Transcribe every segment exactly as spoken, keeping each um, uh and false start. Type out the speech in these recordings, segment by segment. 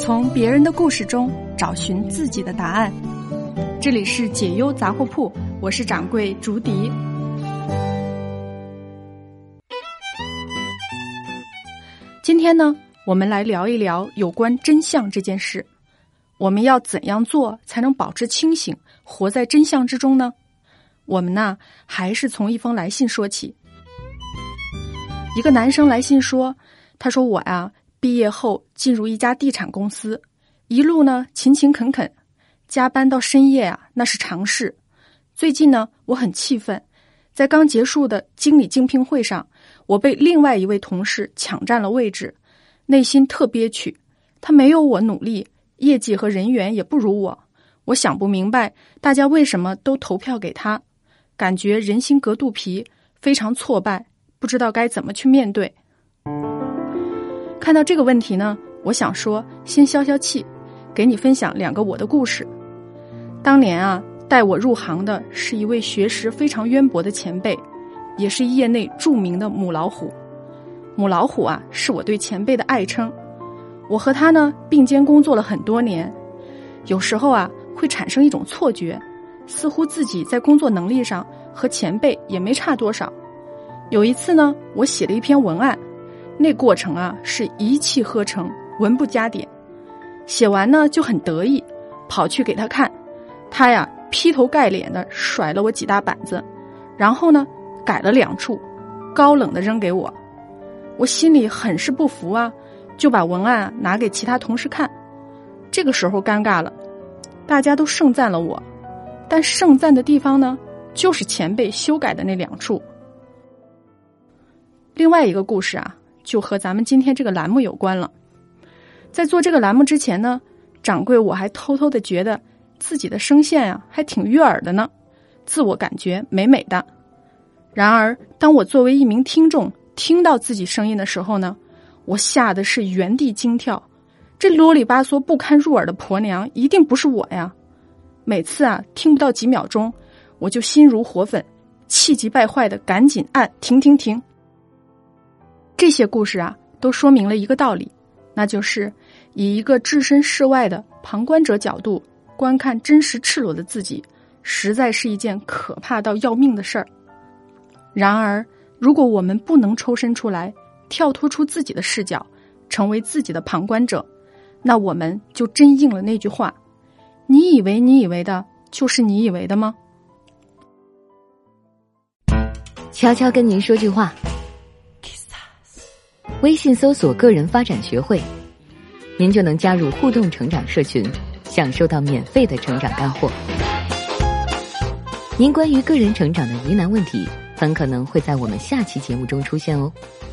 从别人的故事中找寻自己的答案。这里是解忧杂货铺，我是掌柜竹笛。今天呢，我们来聊一聊有关真相这件事。我们要怎样做才能保持清醒，活在真相之中呢？我们呢，还是从一封来信说起。一个男生来信说，他说我呀，毕业后进入一家地产公司，一路呢勤勤恳恳，加班到深夜啊，那是常事。最近呢，我很气愤，在刚结束的经理竞聘会上，我被另外一位同事抢占了位置，内心特憋屈。他没有我努力，业绩和人缘也不如我，我想不明白大家为什么都投票给他，感觉人心隔肚皮，非常挫败，不知道该怎么去面对。看到这个问题呢，我想说先消消气，给你分享两个我的故事。当年啊，带我入行的是一位学识非常渊博的前辈，也是业内著名的母老虎。母老虎啊，是我对前辈的爱称。我和他呢并肩工作了很多年，有时候啊会产生一种错觉，似乎自己在工作能力上和前辈也没差多少。有一次呢，我写了一篇文案，那过程啊是一气呵成，文不加点。写完呢就很得意，跑去给他看，他呀劈头盖脸的甩了我几大板子，然后呢改了两处，高冷的扔给我。我心里很是不服啊，就把文案拿给其他同事看。这个时候尴尬了，大家都盛赞了我，但盛赞的地方呢，就是前辈修改的那两处。另外一个故事啊，就和咱们今天这个栏目有关了。在做这个栏目之前呢，掌柜我还偷偷的觉得自己的声线啊还挺悦耳的呢，自我感觉美美的。然而当我作为一名听众听到自己声音的时候呢，我吓得是原地惊跳，这啰里吧嗦不堪入耳的婆娘一定不是我呀。每次啊听不到几秒钟，我就心如火粉，气急败坏的赶紧按停停停。这些故事啊都说明了一个道理，那就是以一个置身事外的旁观者角度观看真实赤裸的自己，实在是一件可怕到要命的事儿。然而如果我们不能抽身出来，跳脱出自己的视角，成为自己的旁观者，那我们就真应了那句话，你以为你以为的就是你以为的吗？ 悄悄跟您说句话，微信搜索个人发展学会，您就能加入互动成长社群，享受到免费的成长干货。您关于个人成长的疑难问题，很可能会在我们下期节目中出现哦。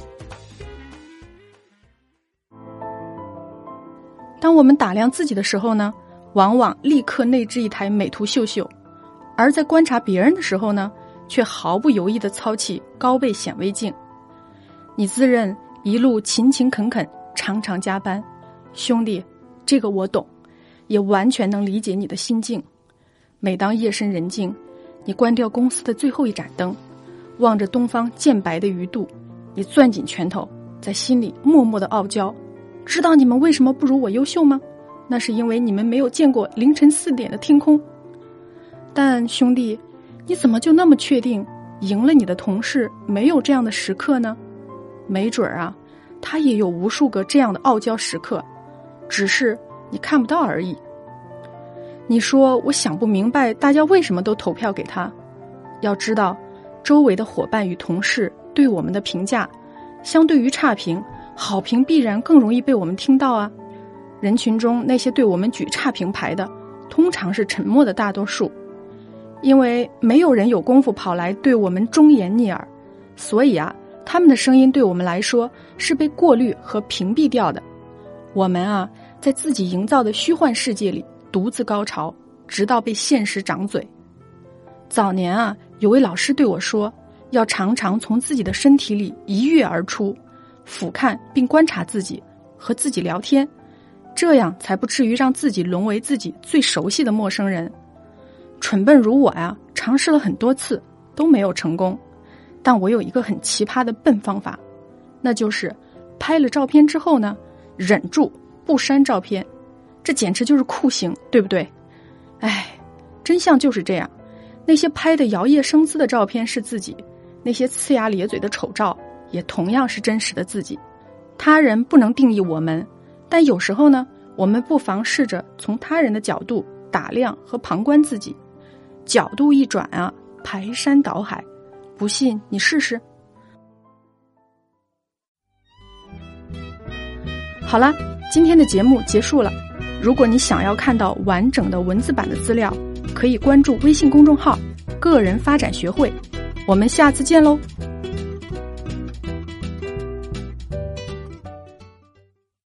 当我们打量自己的时候呢，往往立刻内置一台美图秀秀，而在观察别人的时候呢，却毫不犹豫地操起高倍显微镜。你自认一路勤勤恳恳，常常加班，兄弟，这个我懂，也完全能理解你的心境。每当夜深人静，你关掉公司的最后一盏灯，望着东方渐白的鱼肚，你攥紧拳头，在心里默默的傲娇。知道你们为什么不如我优秀吗？那是因为你们没有见过凌晨四点的天空。但兄弟，你怎么就那么确定赢了你的同事没有这样的时刻呢？没准啊，他也有无数个这样的傲娇时刻，只是你看不到而已。你说我想不明白大家为什么都投票给他。要知道，周围的伙伴与同事对我们的评价，相对于差评，好评必然更容易被我们听到啊。人群中那些对我们举差评牌的，通常是沉默的大多数，因为没有人有功夫跑来对我们忠言逆耳，所以啊，他们的声音对我们来说是被过滤和屏蔽掉的。我们啊，在自己营造的虚幻世界里独自高潮，直到被现实掌嘴。早年啊，有位老师对我说，要常常从自己的身体里一跃而出，俯瞰并观察自己，和自己聊天，这样才不至于让自己沦为自己最熟悉的陌生人。蠢笨如我呀，尝试了很多次都没有成功，但我有一个很奇葩的笨方法，那就是拍了照片之后呢，忍住不删照片， 这简直就是酷刑，对不对？哎，真相就是这样，那些拍得摇曳生姿的照片是自己，那些呲牙咧嘴的丑照也同样是真实的自己。他人不能定义我们，但有时候呢，我们不妨试着从他人的角度打量和旁观自己，角度一转啊，排山倒海，不信你试试。好了，今天的节目结束了。如果你想要看到完整的文字版的资料，可以关注微信公众号“个人发展学会”。我们下次见喽！